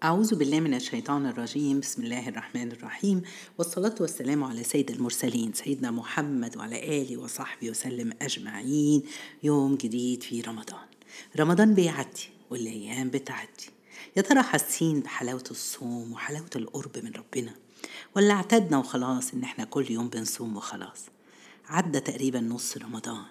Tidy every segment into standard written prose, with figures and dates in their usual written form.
أعوذ بالله من الشيطان الرجيم. بسم الله الرحمن الرحيم، والصلاة والسلام على سيد المرسلين سيدنا محمد وعلى آله وصحبه وسلم أجمعين. يوم جديد في رمضان بيعدي والأيام بتعدي. يا ترى حاسين بحلاوة الصوم وحلاوة القرب من ربنا، ولا اعتدنا وخلاص إن احنا كل يوم بنصوم وخلاص؟ عدى تقريبا نص رمضان.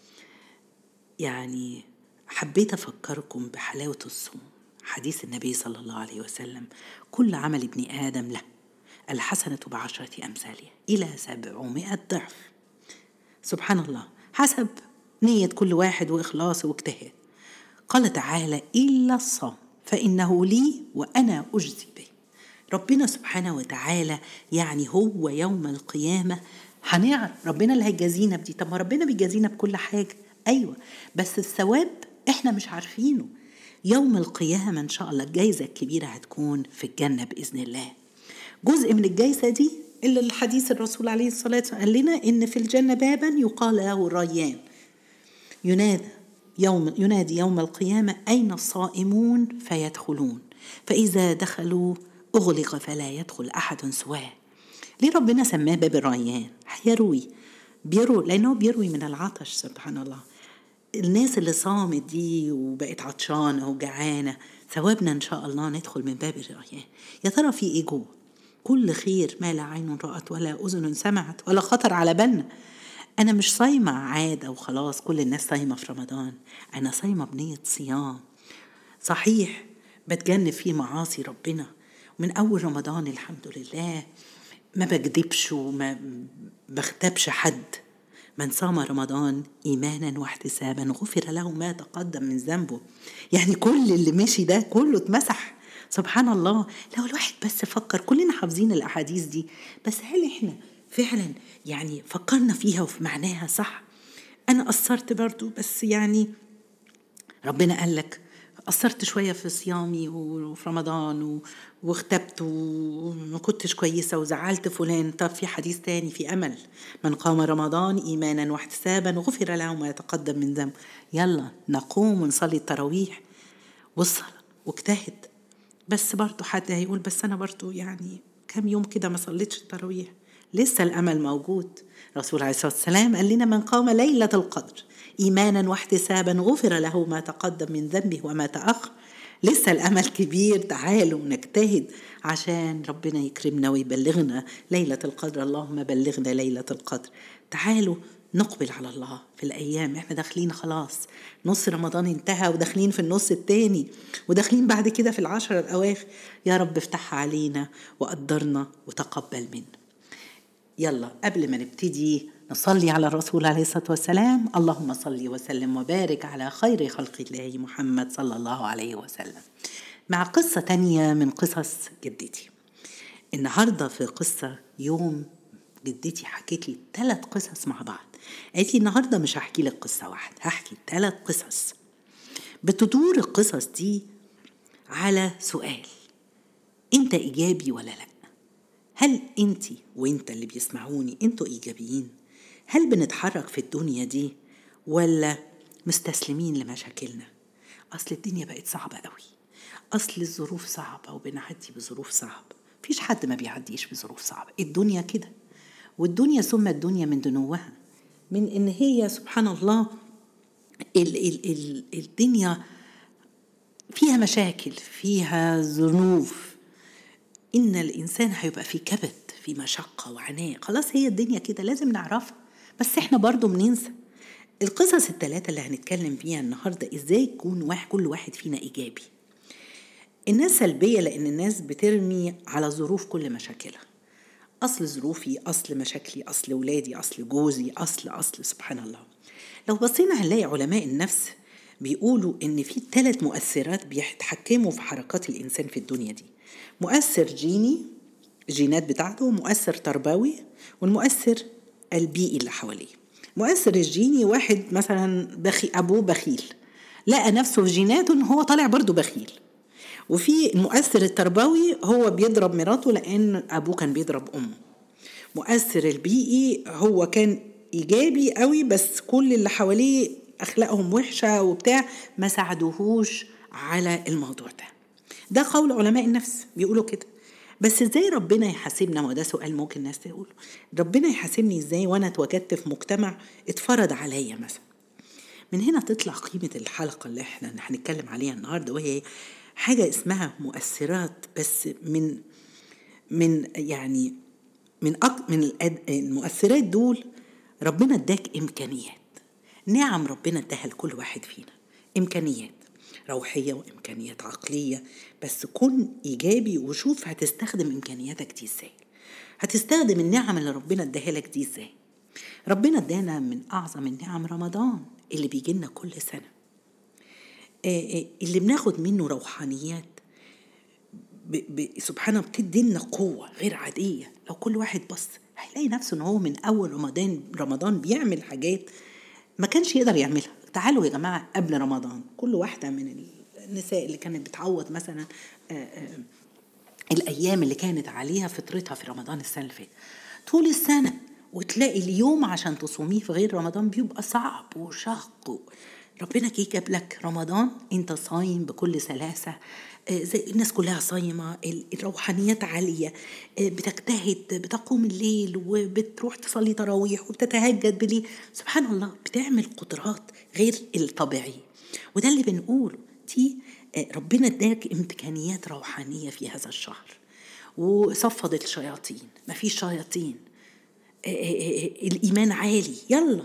يعني حبيت أفكركم بحلاوة الصوم. حديث النبي صلى الله عليه وسلم: كل عمل ابن آدم له الحسنة ب10 أمثالها إلى 700 ضعف. سبحان الله، حسب نية كل واحد وإخلاصه واجتهاد. قال تعالى: إلا الصوم فإنه لي وأنا أجزي به. ربنا سبحانه وتعالى يعني هو يوم القيامة هنعرف ربنا اللي هيجازينا بدي. طب ما ربنا بيجازينا بكل حاجة، أيوة، بس الثواب إحنا مش عارفينه. يوم القيامة إن شاء الله الجايزة الكبيرة هتكون في الجنة بإذن الله. جزء من الجايزة دي اللي الحديث الرسول عليه الصلاة والسلام قال لنا إن في الجنة بابا يقال له الريان، ينادي يوم القيامة: أين الصائمون؟ فيدخلون، فإذا دخلوا أغلق فلا يدخل أحد سواه. ليه ربنا سماه باب الريان؟ بيروي لأنه بيروي من العطش. سبحان الله، الناس اللي صامت دي وبقت عطشانة وجعانة ثوابنا إن شاء الله ندخل من باب الريان. يا ترى في إيه جوه؟ كل خير ما لا عين رأت ولا أذن سمعت ولا خطر على بالنا. أنا مش صايمة عادة وخلاص كل الناس صايمة في رمضان، أنا صايمة بنية صيام. صحيح بتجنب فيه معاصي ربنا من أول رمضان الحمد لله، ما بكذبش وما بغتابش حد. من صام رمضان إيمانا واحتسابا غفر له ما تقدم من ذنبه. يعني كل اللي مشي ده كله اتمسح. سبحان الله، لو الواحد بس فكر. كلنا حافظين الأحاديث دي، بس هل إحنا فعلا يعني فكرنا فيها وفي معناها صح؟ أنا قصرت برضو، بس يعني ربنا قال لك قصرت شوية في صيامي وفي رمضان واختبت وما كنتش كويسة وزعلت فلان. طب في حديث تاني: في أمل، من قام رمضان إيمانا واحتسابا غفر له ما يتقدم من ذنب. يلا نقوم ونصلي التراويح والصلاة واجتهد. بس برضو حد هيقول: بس أنا برضو يعني كم يوم كده ما صليتش التراويح. لسه الأمل موجود. رسول عليه الصلاة والسلام قال لنا: من قام ليلة القدر إيمانا واحتسابا غفر له ما تقدم من ذنبه وما تأخر. لسه الأمل كبير، تعالوا نجتهد عشان ربنا يكرمنا ويبلغنا ليلة القدر. اللهم بلغنا ليلة القدر. تعالوا نقبل على الله في الأيام. احنا داخلين خلاص، نص رمضان انتهى وداخلين في النص التاني، وداخلين بعد كده في 10 الأواخر. يا رب افتحها علينا وقدرنا وتقبل منا. يلا قبل ما نبتدي نصلي على الرسول عليه الصلاة والسلام. اللهم صل وسلم وبارك على خير خلق الله محمد صلى الله عليه وسلم، مع قصة تانية من قصص جدتي. النهاردة في قصة يوم جدتي حكيت لي 3 قصص مع بعض. قالت لي النهاردة مش هحكي لك قصة واحدة، هحكي 3 قصص. بتدور القصص دي على سؤال: انت ايجابي ولا لا؟ هل انت وانت اللي بيسمعوني انتوا ايجابيين؟ هل بنتحرك في الدنيا دي ولا مستسلمين لمشاكلنا؟ اصل الدنيا بقت صعبة قوي، اصل الظروف صعبة وبنعدي بظروف صعبة. مفيش حد ما بيعديش بظروف صعبة، الدنيا كده. والدنيا ثم الدنيا من دنوها، من ان هي سبحان الله الدنيا فيها مشاكل، فيها ذنوب. إن الإنسان هيبقى في كبد، في مشقة وعناء. خلاص هي الدنيا كده لازم نعرفها، بس إحنا برضو بننسى. القصص ال3 اللي هنتكلم فيها النهاردة إزاي يكون كل واحد فينا إيجابي. الناس سلبية لأن الناس بترمي على ظروف كل مشاكلها. أصل ظروفي، أصل مشاكلي، أصل ولادي، أصل جوزي، أصل سبحان الله. لو بصينا هنلاقي علماء النفس بيقولوا إن في 3 مؤثرات بيتحكموا في حركات الإنسان في الدنيا دي: مؤثر جيني، الجينات بتاعته، مؤثر تربوي، والمؤثر البيئي اللي حواليه. مؤثر الجيني واحد مثلا أبوه بخيل، لقى نفسه في جيناته إن هو طالع برضو بخيل. وفي المؤثر التربوي هو بيضرب مراته لأن أبوه كان بيضرب أمه. مؤثر البيئي هو كان إيجابي قوي، بس كل اللي حواليه أخلاقهم وحشة وبتاع، ما ساعدوهوش على الموضوع ده. ده قول علماء النفس بيقولوا كده. بس ازاي ربنا يحاسبنا؟ وده سؤال ممكن الناس تقوله. ربنا يحاسبني ازاي وانا اتوجدت في مجتمع اتفرض عليا مثلا؟ من هنا تطلع قيمة الحلقة اللي احنا هنتكلم عليها النهاردة، وهي حاجة اسمها مؤثرات. بس يعني من المؤثرات دول ربنا اداك إمكانيات، نعم ربنا اداها لكل واحد فينا، إمكانيات روحية وإمكانيات عقلية. بس كن إيجابي وشوف هتستخدم إمكانياتك دي إزاي، هتستخدم النعم اللي ربنا اداها لك دي إزاي. ربنا ادانا من أعظم النعم رمضان اللي بيجي لنا كل سنة، اللي بناخد منه روحانيات سبحانه بتدي لنا قوة غير عادية. لو كل واحد بص هيلاقي نفسه ان هو من اول رمضان بيعمل حاجات ما كانش يقدر يعملها. تعالوا يا جماعة، قبل رمضان كل واحدة من النساء اللي كانت بتعوض مثلا الايام اللي كانت عليها فطرتها في رمضان السنة اللي فاتت طول السنة، وتلاقي اليوم عشان تصوميه في غير رمضان بيبقى صعب وشاق. ربنا كي جاب لك رمضان انت صايم بكل سلاسة، زي الناس كلها صايمة، الروحانيات عالية، بتجتهد، بتقوم الليل وبتروح تصلي تراويح وبتتهجد بالليل. سبحان الله، بتعمل قدرات غير الطبيعية. وده اللي بنقوله، دي ربنا اداك امكانيات روحانية في هذا الشهر، وصفدت الشياطين، ما في شياطين، الإيمان عالي. يلا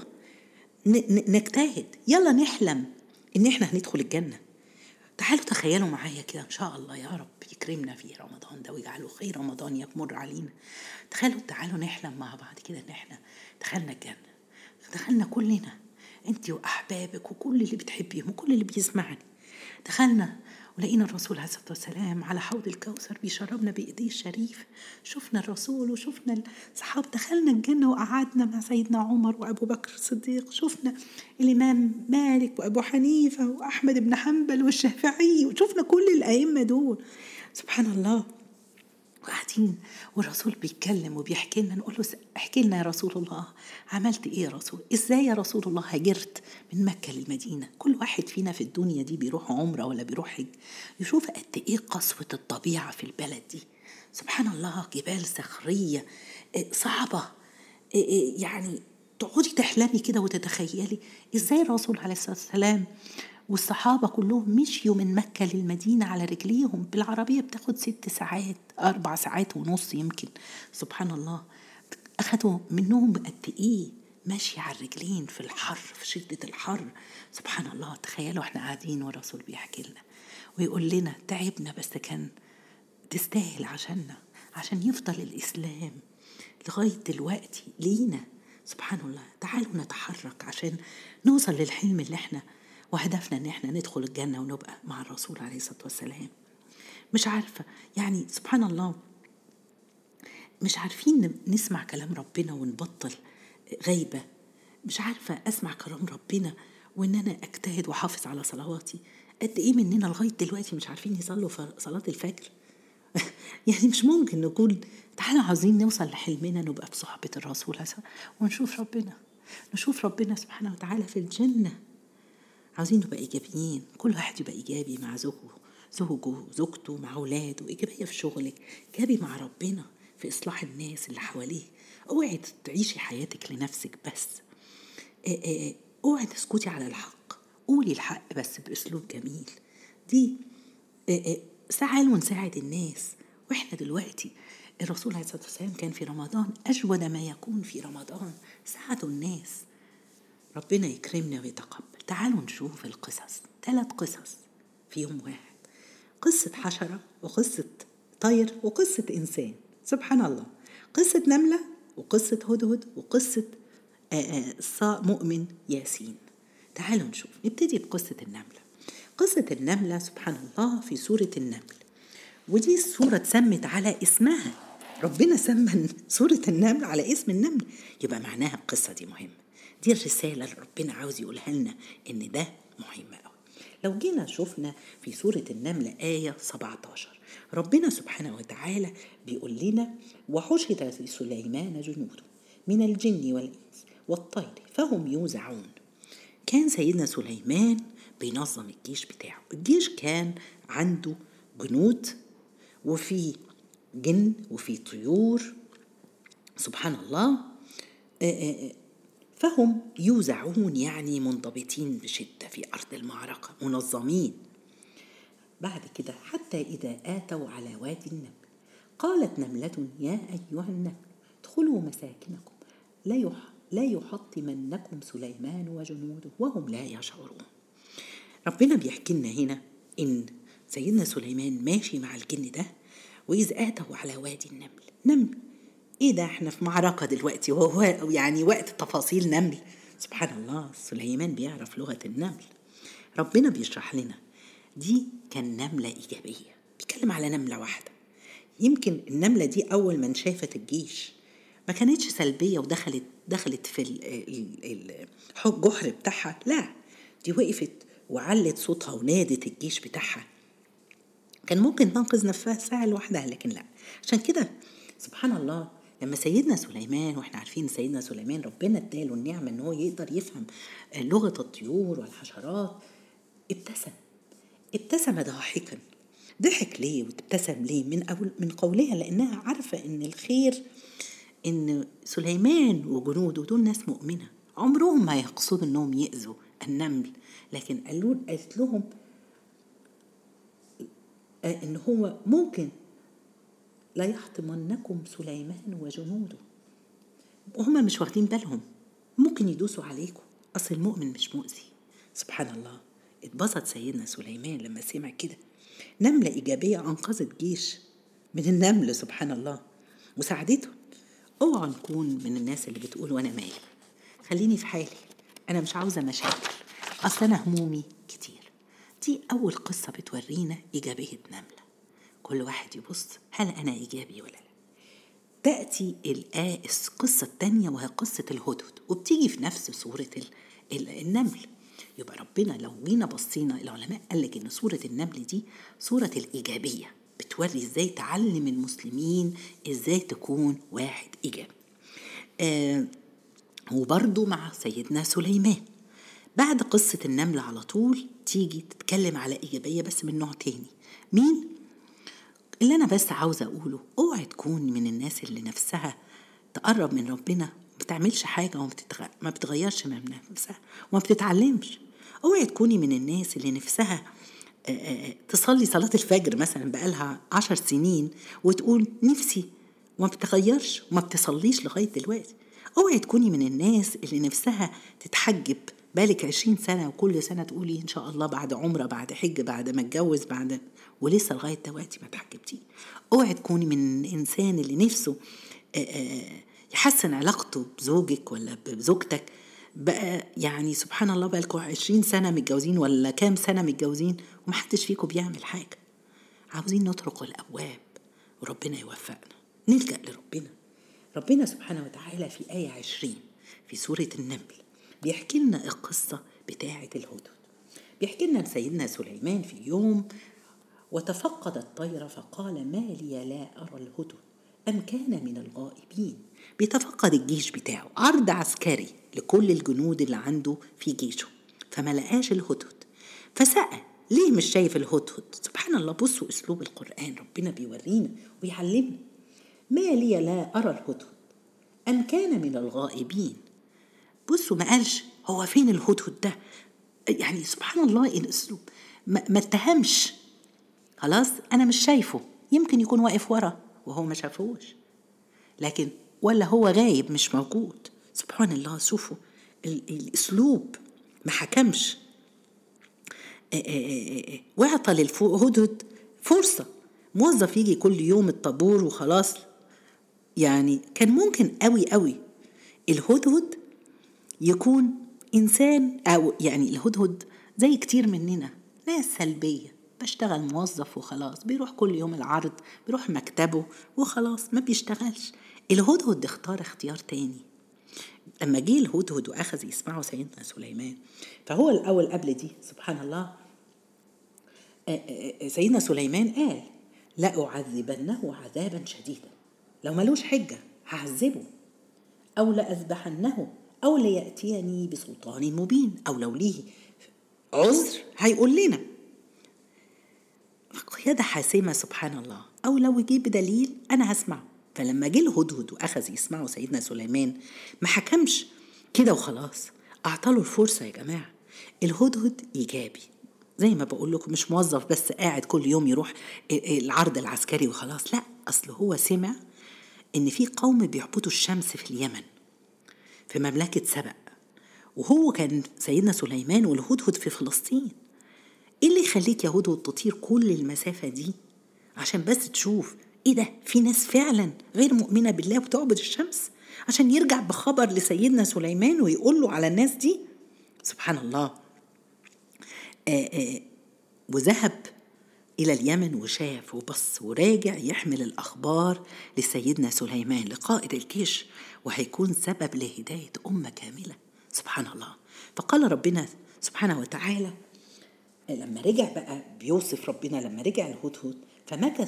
نجتهد، يلا نحلم إن إحنا هندخل الجنة. تعالوا تخيلوا معايا كده، إن شاء الله يا رب يكرمنا في رمضان ده ويجعله خير رمضان يمر علينا. تعالوا نحلم مع بعض كده إن إحنا دخلنا الجنة، دخلنا كلنا، أنت وأحبابك وكل اللي بتحبيهم وكل اللي بيسمعني. دخلنا ولقينا الرسول عليه الصلاة والسلام على حوض الكوثر بيشربنا بإيديه الشريف. شفنا الرسول وشفنا الصحابة. دخلنا الجنة وقعدنا مع سيدنا عمر وأبو بكر الصديق. شفنا الإمام مالك وأبو حنيفة وأحمد بن حنبل والشافعي، وشفنا كل الأئمة دول. سبحان الله، وقاعدين والرسول بيتكلم وبيحكي لنا. نقول له احكي لنا يا رسول الله، عملت ايه يا رسول؟ ازاي يا رسول الله هاجرت من مكة للمدينة؟ كل واحد فينا في الدنيا دي بيروح عمرة ولا بيروح حج يشوف قد ايه قسوة الطبيعة في البلد دي. سبحان الله، جبال صخرية صعبة، يعني تقعدي تحلمي كده وتتخيلي ازاي الرسول عليه الصلاة والسلام والصحابة كلهم مشيوا من مكة للمدينة على رجليهم. بالعربية بتاخد 6 ساعات، 4 ساعات ونص يمكن. سبحان الله، أخدوا منهم قد إيه ماشي على الرجلين في الحر، في شدة الحر. سبحان الله، تخيلوا احنا قاعدين والرسول بيحكي لنا ويقول لنا تعبنا بس كان تستاهل عشان يفضل الإسلام لغاية دلوقتي لينا. سبحان الله، تعالوا نتحرك عشان نوصل للحلم اللي احنا وهدفنا ان احنا ندخل الجنة ونبقى مع الرسول عليه الصلاة والسلام. مش عارفة يعني، سبحان الله، مش عارفين نسمع كلام ربنا ونبطل غيبة. مش عارفة أسمع كلام ربنا وإن أنا أجتهد وحافظ على صلواتي. قد إيه مننا لغاية دلوقتي مش عارفين يصلوا في صلاة الفجر؟ يعني مش ممكن نقول تعالوا عاوزين نوصل لحلمنا نبقى في صحبة الرسول نشوف ربنا سبحانه وتعالى في الجنة. عاوزين نبقى إيجابيين، كل واحد يبقى إيجابي مع زوجه زوجته، مع أولاده، إيجابية في شغلك، إيجابي مع ربنا في إصلاح الناس اللي حواليه. اوعي تعيشي حياتك لنفسك بس، اوعي تسكتي على الحق، قولي الحق بس بأسلوب جميل. دي تعالوا نساعد الناس. وإحنا دلوقتي الرسول عليه الصلاة والسلام كان في رمضان أجود ما يكون في رمضان، ساعدوا الناس. ربنا يكرمنا ويتقبل. تعالوا نشوف القصص، 3 قصص في يوم واحد، قصة حشرة وقصة طير وقصة إنسان. سبحان الله، قصة نملة وقصة هدهد وقصة مؤمن ياسين. تعالوا نشوف، نبتدي بقصة النملة. قصة النملة سبحان الله في سورة النمل، ودي السورة اتسمت على اسمها. ربنا سمى سورة النمل على اسم النمل، يبقى معناها القصة دي مهمة. دي الرسالة اللي ربنا عاوز يقولها لنا، إن ده مهم أوي. لو جينا شفنا في سورة النمل آية 17، ربنا سبحانه وتعالى بيقول لنا وحشر لسليمان جنوده من الجن والإنس والطير فهم يوزعون. كان سيدنا سليمان بينظم الجيش بتاعه. الجيش كان عنده جنود وفي جن وفي طيور، سبحان الله. فهم يوزعون، يعني منضبطين بشدة في أرض المعركة، منظمين. بعد كده حتى إذا آتوا على وادي النمل قالت نملة يا أيها النمل ادخلوا مساكنكم لا يحطمنكم سليمان وجنوده وهم لا يشعرون. ربنا بيحكي لنا هنا إن سيدنا سليمان ماشي مع الجن ده، وإذ آتوا على وادي النمل. نمل إيه ده؟ احنا في معركة دلوقتي، وهو يعني وقت تفاصيل نمل. سبحان الله، سليمان بيعرف لغة النمل. ربنا بيشرح لنا دي كان نملة إيجابية، بيتكلم على نملة واحدة. يمكن النملة دي أول ما شافت الجيش ما كانتش سلبية ودخلت في الجحر بتاعها، لا، دي وقفت وعلت صوتها ونادت الجيش بتاعها. كان ممكن تنقذ نفسها لوحدها، لكن لا. عشان كده سبحان الله، لما سيدنا سليمان، واحنا عارفين سيدنا سليمان ربنا اداله النعمة ان هو يقدر يفهم لغة الطيور والحشرات، ابتسم ضاحكا. ضحك ليه وابتسم ليه؟ من قولها، لانها عارفة ان الخير، ان سليمان وجنوده دول ناس مؤمنة، عمرهم ما يقصدوا انهم يأذوا النمل، لكن قالت لهم ان هو ممكن لا يحطمنكم سليمان وجنوده، وهم مش واخدين بالهم، ممكن يدوسوا عليكم، اصل المؤمن مش مؤذي. سبحان الله. اتبسط سيدنا سليمان لما سمع كده. نملة إيجابية أنقذت جيش من النمل، سبحان الله، وساعدته. اوعى نكون من الناس اللي بتقول وانا مالي، خليني في حالي، انا مش عاوزة مشاكل، اصل انا همومي كتير. دي اول قصة بتورينا إيجابية نملة. كل واحد يبص، هل انا إيجابي ولا لا؟ تأتي القصة التانية وهي قصة الهدهد، وبتيجي في نفس صورة النمل. يبقى ربنا لو جينا بصينا، العلماء قالك ان صورة النمل دي صورة الإيجابية، بتوري ازاي تعلم المسلمين ازاي تكون واحد إيجابي. وبرضو مع سيدنا سليمان بعد قصة النمل على طول تيجي تتكلم على إيجابية بس من نوع تاني. مين؟ اللي أنا بس عاوزة أقوله، اوعي تكون من الناس اللي نفسها تقرب من ربنا بتعملش حاجة وما بتغيرش من نفسها وما بتتعلمش. اوعي تكوني من الناس اللي نفسها تصلي صلاة الفجر مثلا بقالها 10 سنين وتقول نفسي، وما بتغيرش وما بتصليش لغاية دلوقتي. اوعي تكوني من الناس اللي نفسها تتحجب بالك 20 سنة وكل سنة تقولي إن شاء الله بعد عمرة بعد حج بعد ما اتجوز بعد، ولسه لغاية دلوقتي ما اتحجبتي. اوعي تكوني من الإنسان اللي نفسه يحسن علاقته بزوجك ولا بزوجتك بقى، يعني سبحان الله بقى لكم 20 سنة متجوزين ولا كام سنة متجوزين ومحدش فيكم بيعمل حاجة. عاوزين نطرق الأبواب وربنا يوفقنا نلجأ لربنا. ربنا سبحانه وتعالى في آية 20 في سورة النمل بيحكي لنا القصة بتاعة الهدهد. بيحكي لنا سيدنا سليمان في يوم وتفقد الطير فقال ما لي لا أرى الهدهد أم كان من الغائبين. بيتفقد الجيش بتاعه، عرض عسكري لكل الجنود اللي عنده في جيشه، فما لقاش الهدهد، فسأل ليه مش شايف الهدهد. سبحان الله، بصوا أسلوب القرآن، ربنا بيورينا ويعلمنا. ما لي لا أرى الهدهد أم كان من الغائبين. بصوا ما قالش هو فين الهدهد ده، يعني سبحان الله الأسلوب ما اتهمش. خلاص أنا مش شايفه، يمكن يكون واقف ورا وهو ما شافوش، لكن ولا هو غايب مش موجود. سبحان الله، شوفوا الأسلوب، ما حكمش، واعطى للهدهد فرصة. موظف يجي كل يوم الطابور وخلاص، يعني كان ممكن قوي الهدهد يكون إنسان، أو يعني الهدهد زي كتير مننا ناس سلبية، بشتغل موظف وخلاص، بيروح كل يوم العرض، بيروح مكتبه وخلاص ما بيشتغلش. الهدهد اختار اختيار تاني. أما جه الهدهد وأخذ يسمعه سيدنا سليمان، فهو الأول قبل دي سبحان الله سيدنا سليمان قال لأعذبنه عذابا شديدا، لو ملوش حجة هعذبه، أو لأذبحنه أو ليأتيني بسلطان مبين، أو لو ليه عذر هيقول لنا. يد حاسمة سبحان الله، أو لو يجيب دليل أنا هسمعه. فلما جه الهدهد وأخذ يسمعه سيدنا سليمان ما حكمش كده وخلاص، أعطاله الفرصة. يا جماعة الهدهد إيجابي، زي ما بقول لكم مش موظف بس قاعد كل يوم يروح العرض العسكري وخلاص، لا، أصل هو سمع إن في قوم بيعبدوا الشمس في اليمن في مملكة سبأ، وهو كان سيدنا سليمان والهدهد في فلسطين. إيه اللي يخليك يا هدهد تطير كل المسافة دي عشان بس تشوف إيه ده؟ في ناس فعلا غير مؤمنة بالله وبتعبد الشمس، عشان يرجع بخبر لسيدنا سليمان ويقول له على الناس دي؟ سبحان الله. وذهب إلى اليمن وشاف وبص وراجع يحمل الأخبار لسيدنا سليمان لقائد الجيش، وهيكون سبب لهداية أمة كاملة. سبحان الله. فقال ربنا سبحانه وتعالى لما رجع بقى، بيوصف ربنا لما رجع الهدهد فمكث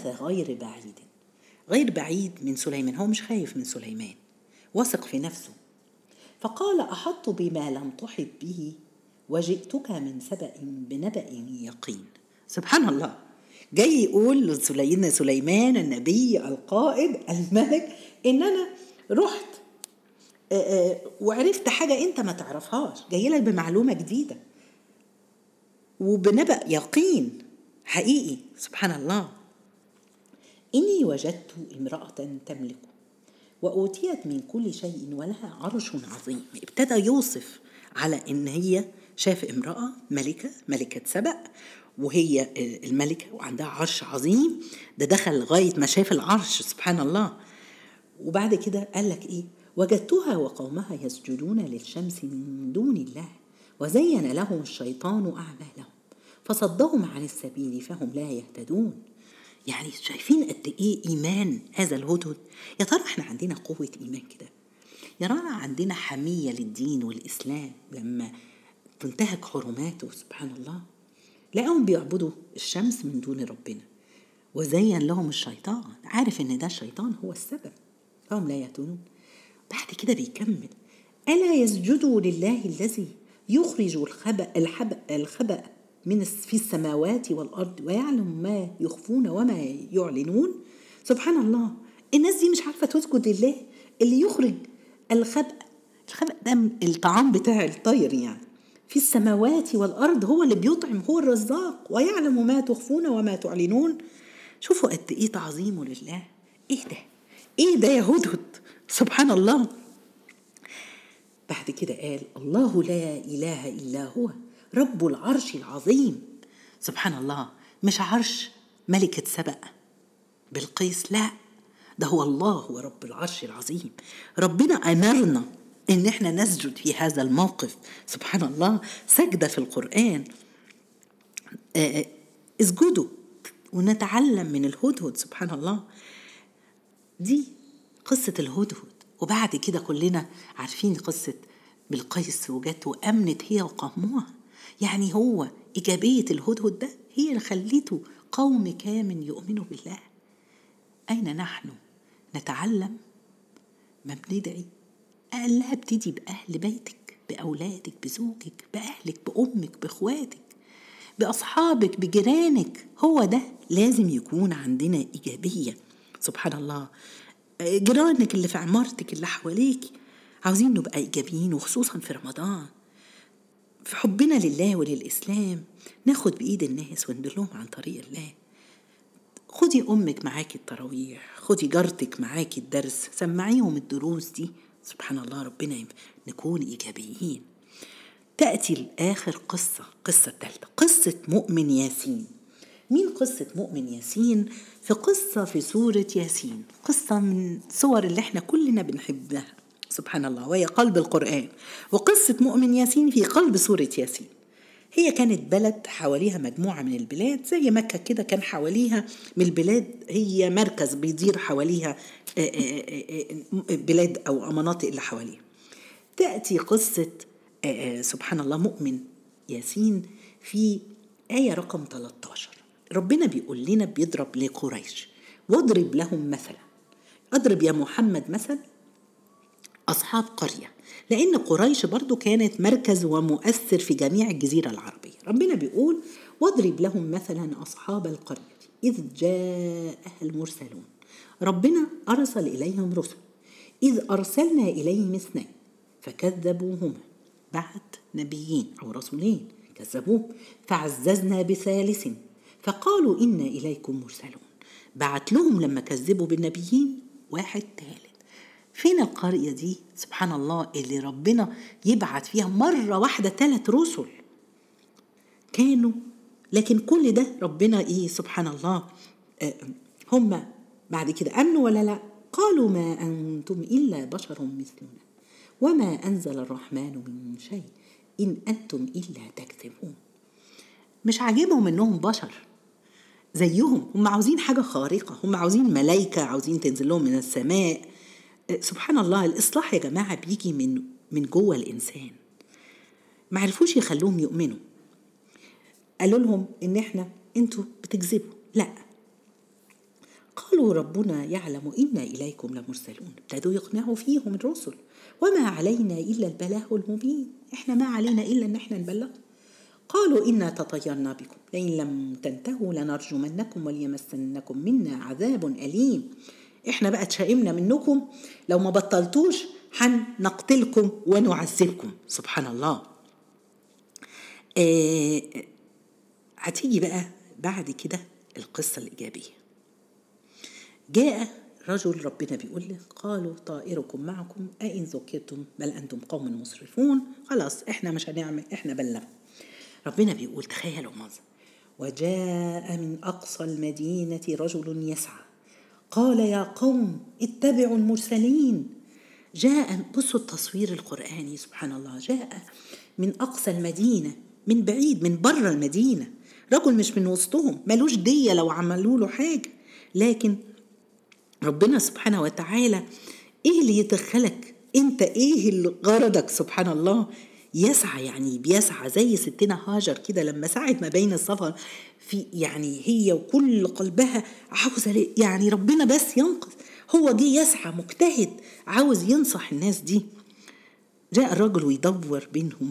غير بعيد من سليمان، هو مش خايف من سليمان، واثق في نفسه. فقال أحط بما لم تحط به وجئتك من سبأ بنبأ يقين. سبحان الله، جاي يقول لسيدنا سليمان النبي القائد الملك إن أنا رحت وعرفت حاجة أنت ما تعرفهاش، جاي لك بمعلومة جديدة وبنبأ يقين حقيقي. سبحان الله. إني وجدت امرأة تملك وأوتيت من كل شيء ولها عرش عظيم. ابتدى يوصف على إن هي شاف امرأة ملكة سبأ، وهي الملكة وعندها عرش عظيم. ده دخل لغاية ما شاف العرش. سبحان الله. وبعد كده قال لك إيه؟ وجدتها وقومها يسجدون للشمس من دون الله وزين لهم الشيطان أعمالهم فصدهم عن السبيل فهم لا يهتدون. يعني شايفين قد إيه إيمان هذا الهدهد؟ يا ترى إحنا عندنا قوة إيمان كده؟ يا ترى عندنا حمية للدين والإسلام لما تنتهك حرماته؟ سبحان الله. لقاهم بيعبدوا الشمس من دون ربنا وزين لهم الشيطان، عارف إن ده الشيطان هو السبب، فهم لا يهتدون. بعد كده بيكمل ألا يسجدوا لله الذي يخرج الخبأ من في السماوات والأرض ويعلم ما يخفون وما يعلنون. سبحان الله. الناس دي مش عارفة تسجد لله اللي يخرج الخبأ ده الطعام بتاع الطير، يعني في السماوات والأرض، هو اللي بيطعم، هو الرزاق، ويعلم ما تخفون وما تعلنون. شوفوا قد إيه تعظيمه لله. إيه ده يا هدهد؟ سبحان الله. بعد كده قال الله لا إله إلا هو رب العرش العظيم. سبحان الله. مش عرش ملكة سبأ بلقيس، لا، ده هو الله، هو رب العرش العظيم. ربنا أمرنا إن احنا نسجد في هذا الموقف. سبحان الله. سجدة في القرآن. اسجدوا ونتعلم من الهدهد. سبحان الله. دي قصة الهدهد. وبعد كده كلنا عارفين قصة بلقيس وجت وأمنت هي وقومها. يعني هو إيجابية الهدهد ده هي اللي خليته قوم كامل يؤمنوا بالله. أين نحن نتعلم؟ ما بندعي؟ أقلها ابتدي بأهل بيتك، بأولادك، بزوجك، بأهلك، بأمك، بأخواتك، بأصحابك، بجيرانك. هو ده لازم يكون عندنا إيجابية. سبحان الله. جيرانك اللي في عمارتك اللي حواليك عاوزين نبقى إيجابيين، وخصوصا في رمضان في حبنا لله وللإسلام ناخد بإيد الناس وندلهم عن طريق الله. خدي أمك معاكي التراويح، خدي جارتك معاكي الدرس، سمعيهم الدروس دي. سبحان الله. ربنا نكون إيجابيين. تأتي الآخر قصة الثالثة، قصة مؤمن ياسين. مين قصة مؤمن ياسين؟ في قصة في سورة ياسين، قصة من صور اللي احنا كلنا بنحبها. سبحان الله. وهي قلب القرآن. وقصة مؤمن ياسين في قلب سورة ياسين. هي كانت بلد حواليها مجموعة من البلاد زي مكة كده، كان حواليها من البلاد، هي مركز بيدير حواليها بلاد أو مناطق اللي حواليها. تأتي قصة سبحان الله مؤمن ياسين في آية رقم 13. ربنا بيقول لنا بيضرب لقريش واضرب لهم مثلا. أضرب يا محمد مثل أصحاب قرية، لأن قريش برضو كانت مركز ومؤثر في جميع الجزيرة العربية. ربنا بيقول واضرب لهم مثلا أصحاب القرية إذ جاءها المرسلون. ربنا أرسل إليهم رسل، إذ أرسلنا إليهم 2 فكذبوهما. بعت نبيين أو رسولين كذبوه، فعززنا ب3 فقالوا إنا إليكم مرسلون. بعت لهم لما كذبوا بالنبيين 1 ثالث. فين القرية دي سبحان الله اللي ربنا يبعت فيها مرة واحدة 3 رسل كانوا؟ لكن كل ده ربنا سبحان الله هم بعد كده أمنوا ولا لا؟ قالوا ما أنتم إلا بشر مثلنا وما أنزل الرحمن من شيء إن أنتم إلا تكذبون. مش عاجبهم إنهم بشر زيهم، هم عاوزين حاجة خارقة، هم عاوزين ملايكة، عاوزين تنزل لهم من السماء. سبحان الله، الإصلاح يا جماعة بيجي من جوه الإنسان. ما عرفوش يخلوهم يؤمنوا، قالوا لهم إن أنتوا بتكذبوا. لا، قالوا ربنا يعلم إنا إليكم لمرسلون. ابتدوا يقنعوا فيهم الرسل، وما علينا إلا البلاغ المبين، إحنا ما علينا إلا إن إحنا نبلغ. قالوا إنا تطيرنا بكم لئن لم تنتهوا لنرجمنكم وليمسنكم منا عذاب أليم. إحنا بقى تشائمنا منكم، لو ما بطلتوش هنقتلكم ونعذبكم. سبحان الله. هتيجي بقى بعد كده القصة الإيجابية. جاء رجل ربنا بيقول له قالوا طائركم معكم أئن ذكرتم بل أنتم قوم مسرفون. خلاص إحنا مش هنعمل، إحنا بلغ. ربنا بيقول تخيلوا منظر: وجاء من أقصى المدينة رجل يسعى قال يا قوم اتبعوا المرسلين. جاء، بصوا التصوير القرآني سبحان الله، جاء من أقصى المدينة، من بعيد، من بره المدينة، رجل مش من وسطهم، ملوش دية لو عملوا له حاجة. لكن ربنا سبحانه وتعالى ايه اللي يدخلك انت؟ ايه اللي غرضك؟ سبحان الله. يسعى يعني بيسعى زي ستنا هاجر كده لما سعت ما بين الصفا، في يعني هي وكل قلبها عاوزة يعني ربنا بس ينقذ، هو جه يسعى مجتهد عاوز ينصح الناس دي. جاء الرجل ويدور بينهم.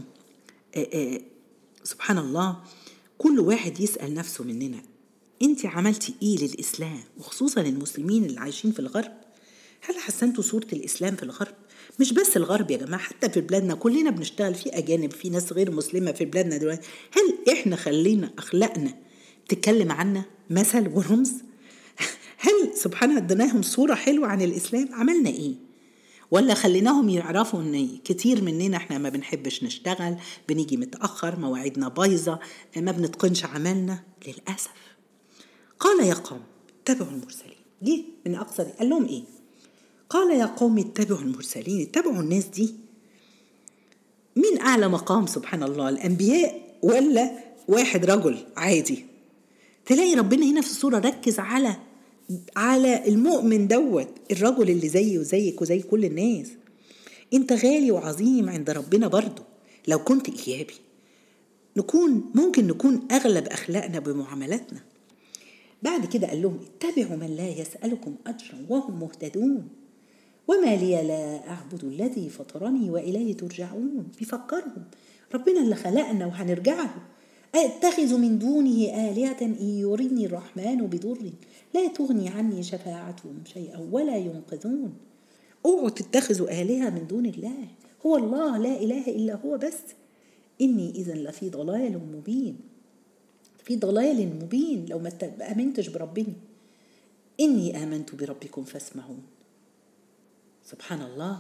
سبحان الله، كل واحد يسأل نفسه مننا: انت عملتي ايه للإسلام، وخصوصا المسلمين اللي عايشين في الغرب؟ هل حسنتوا صورة الإسلام في الغرب؟ مش بس الغرب يا جماعة، حتى في بلادنا كلنا بنشتغل، في أجانب، في ناس غير مسلمة في بلادنا دلوقتي. هل إحنا خلينا أخلاقنا تتكلم عنا مثل ورمز؟ هل سبحانه ادناهم صورة حلوة عن الإسلام؟ عملنا إيه؟ ولا خليناهم يعرفوا ان كتير مننا احنا ما بنحبش نشتغل، بنيجي متأخر، مواعيدنا بايظة، ما بنتقنش عملنا للأسف. قال يا قوم اتبعوا المرسلين. جه من أقصى، قال لهم إيه؟ قال يا قوم اتبعوا المرسلين. اتبعوا الناس دي. مين أعلى مقام سبحان الله، الأنبياء ولا واحد رجل عادي؟ تلاقي ربنا هنا في الصورة ركز على المؤمن دوت، الرجل اللي زيه وزيك وزي كل الناس. انت غالي وعظيم عند ربنا برضو. لو كنت إيجابي ممكن نكون أغلب أخلاقنا بمعاملاتنا. بعد كده قال لهم اتبعوا من لا يسألكم أجرا وهم مهتدون وما لي لا أعبد الذي فطرني وإليه ترجعون. بيفكرهم ربنا اللي خلقنا وهنرجعه. أتخذ من دونه آلهة إن يردني الرحمن بضر لا تغني عني شفاعتهم شيئا ولا ينقذون. اوعوا تتخذوا آلهة من دون الله، هو الله لا إله إلا هو بس. إني إذا لفي ضلال مبين، في ضلال مبين لو ما آمنتش بربنا. إني آمنت بربكم فاسمعون. سبحان الله.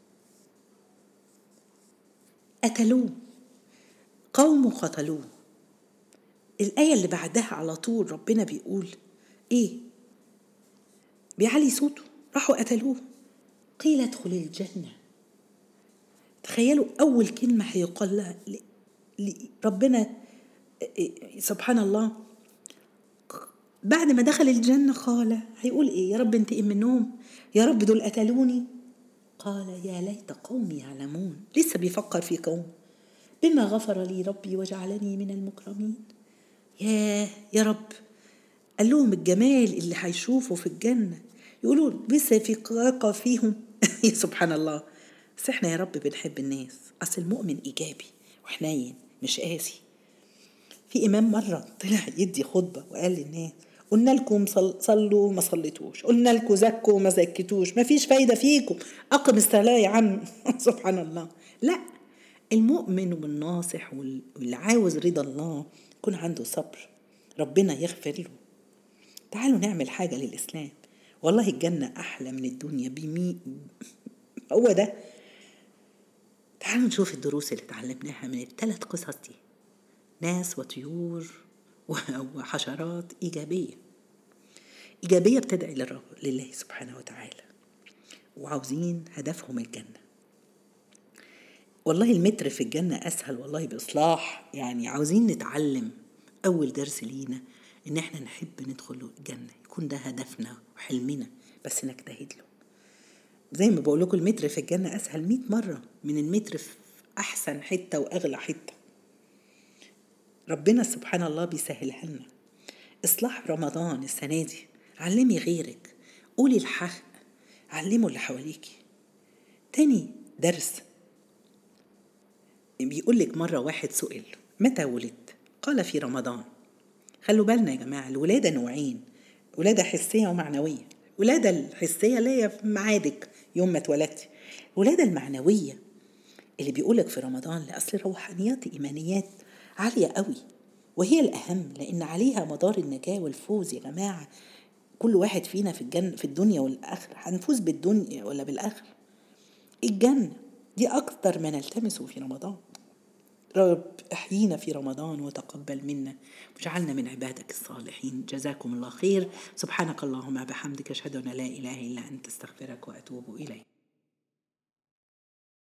قتلوه، قوم قتلوه. الآية اللي بعدها على طول ربنا بيقول إيه؟ بيعلي صوته، راحوا قتلوه. قيل ادخل الجنة. تخيلوا أول كلمة هيقال لها ربنا سبحان الله بعد ما دخل الجنة قال هيقول إيه؟ يا رب انتقم منهم، يا رب دول قتلوني. قال يا ليت قومي يعلمون. لسه بيفكر في قوم. بما غفر لي ربي وجعلني من المكرمين. يا رب. قال لهم الجمال اللي هيشوفوا في الجنة، يقولوا بس في قاقة فيهم. سبحان الله. بس احنا يا رب بنحب الناس، أصل المؤمن إيجابي وحنين مش قاسي. في إمام مرة طلع يدي خطبة وقال للناس قلنا لكم صلوا ما صليتوش، قلنا لكم زكوا ما زكتوش، ما فيش فايدة فيكم، أقم الصلاة يا عم. سبحان الله. لا، المؤمن والناصح واللي عاوز رضا الله يكون عنده صبر، ربنا يغفر له. تعالوا نعمل حاجة للإسلام، والله الجنة أحلى من الدنيا هو ده. تعالوا نشوف الدروس اللي تعلمناها من ال3 قصص دي. ناس وطيور وحشرات إيجابية بتدعي لله سبحانه وتعالى، وعاوزين هدفهم الجنة. والله المتر في الجنة أسهل والله بإصلاح. يعني عاوزين نتعلم أول درس لينا إن إحنا نحب ندخل الجنة، يكون ده هدفنا وحلمنا، بس نجتهد له. زي ما بقول لكم المتر في الجنة أسهل 100 مرة من المتر في أحسن حتة وأغلى حتة. ربنا سبحان الله بيسهلها لنا. إصلاح رمضان السنة دي، علمي غيرك، قولي الحق، علموا اللي حواليكي. تاني درس، بيقولك مرة واحد سئل متى ولدت؟ قال في رمضان. خلوا بالنا يا جماعة، الولادة نوعين، ولادة حسية ومعنوية. الولادة الحسية اللي هي في معادك يوم ما اتولدتي. الولادة المعنوية اللي بيقولك في رمضان، لأصل روحانيات إيمانيات عالية قوي، وهي الأهم، لأن عليها مدار النجاة والفوز يا جماعة. كل واحد فينا في الدنيا والآخرة، هنفوز بالدنيا ولا بالآخرة؟ الجنة دي أكثر ما نلتمسه في رمضان. رب احيينا في رمضان وتقبل منا وجعلنا من عبادك الصالحين. جزاكم الله خير. سبحانك اللهم بحمدك، أشهد أن لا إله إلا أنت، استغفرك وأتوب إليك.